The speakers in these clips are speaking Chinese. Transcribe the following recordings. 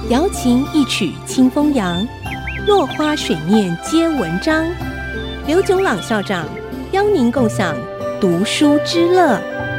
瑶琴一曲清风扬，落花水面皆文章。刘炯朗校长邀您共享读书之乐。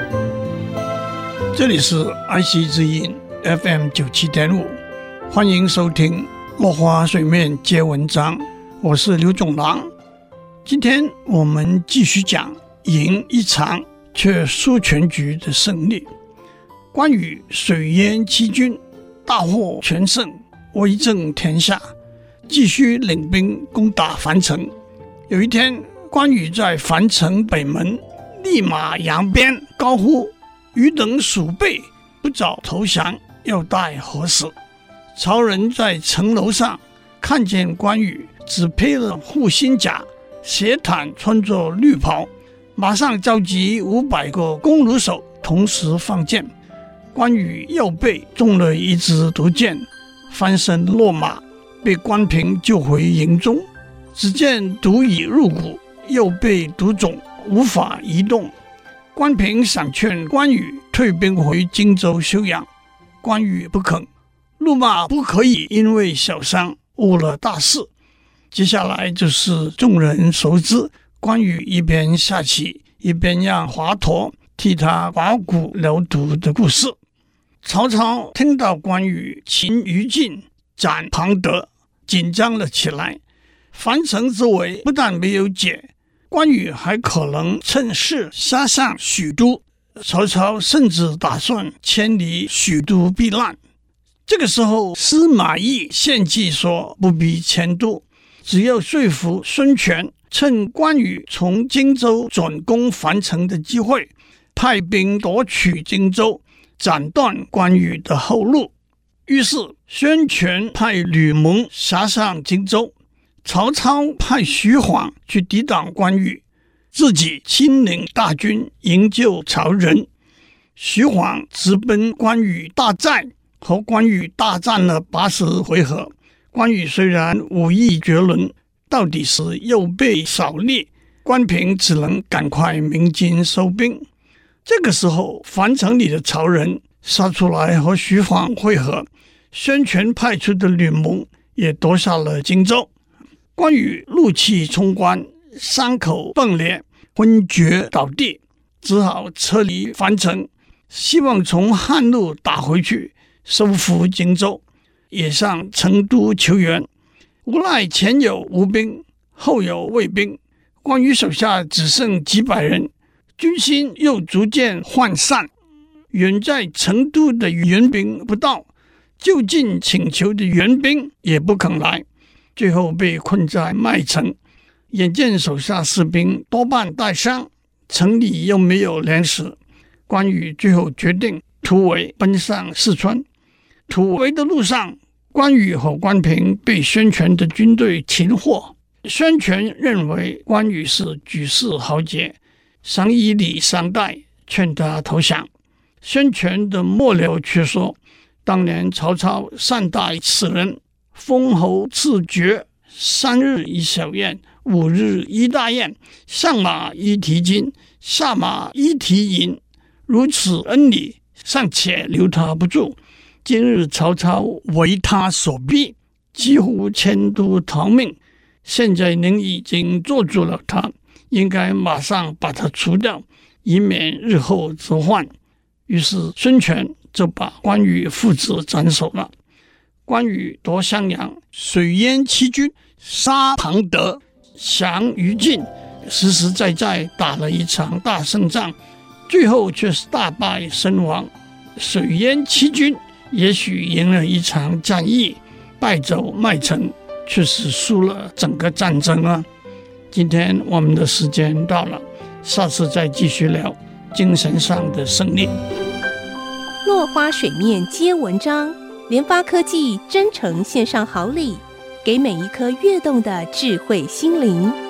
这里是爱惜之音 FM 97.5，欢迎收听落花水面皆文章，我是刘炯朗。今天我们继续讲赢一场却输全局的胜利。关羽水淹七军，大获全胜，威震天下，继续领兵攻打樊城。有一天，关羽在樊城北门立马扬鞭高呼：余等鼠辈，不早投降，要待何时？曹仁在城楼上看见关羽只披了护心甲，斜袒穿着绿袍，马上召集500个弓弩手同时放箭。关羽右背中了一支毒箭，翻身落马，被关平救回营中。只见毒已入骨，右背毒肿，无法移动。关平想劝关羽退兵回荆州休养，关羽不肯，怒骂不可以因为小伤误了大事。接下来就是众人熟知关羽一边下棋一边让华佗替他刮骨疗毒的故事。曹操听到关羽擒于禁，斩庞德，紧张了起来。樊城之围不但没有解，关羽还可能趁势杀上许都。曹操甚至打算迁离许都避难。这个时候，司马懿献计说不必迁都，只要说服孙权趁关羽从荆州转攻樊城的机会，派兵夺取荆州，斩断关羽的后路。于是孙权派吕蒙杀上荆州，曹操派徐晃去抵挡关羽，自己亲领大军营救曹仁。徐晃直奔关羽大寨，和关羽大战了80回合。关羽虽然武艺绝伦，到底是右背少力，关平只能赶快鸣金收兵。这个时候，樊城里的曹仁杀出来和徐晃会合，孙权派出的吕蒙也夺下了荆州。关羽怒气冲冠，伤口迸裂，昏厥倒地，只好撤离樊城，希望从汉路打回去收复荆州，也向成都求援。无奈前有吴兵，后有魏兵，关羽手下只剩几百人，军心又逐渐涣散。远在成都的援兵不到，就近请求的援兵也不肯来，最后被困在麦城。眼见手下士兵多半带伤，城里又没有粮食，关羽最后决定突围奔上四川。突围的路上，关羽和关平被孙权的军队擒获。孙权认为关羽是举世豪杰，想以礼相待，劝他投降。孙权的幕僚却说，当年曹操善待此人，封侯赐爵，3日一小宴，5日一大宴，上马一提金，下马一提银，如此恩礼，尚且留他不住。今日曹操为他所逼，几乎迁都逃命，现在您已经做住了他，应该马上把他除掉，以免日后之患。于是孙权就把关羽父子斩首了。关羽夺襄阳，水淹七军，杀庞德，降于禁，实实在在打了一场大胜仗，最后却是大败身亡。水淹七军也许赢了一场战役，败走麦城，却是输了整个战争啊。今天我们的时间到了，下次再继续聊精神上的胜利。 落花水面皆文章，联发科技真诚献上好礼，给每一颗跃动的智慧心灵。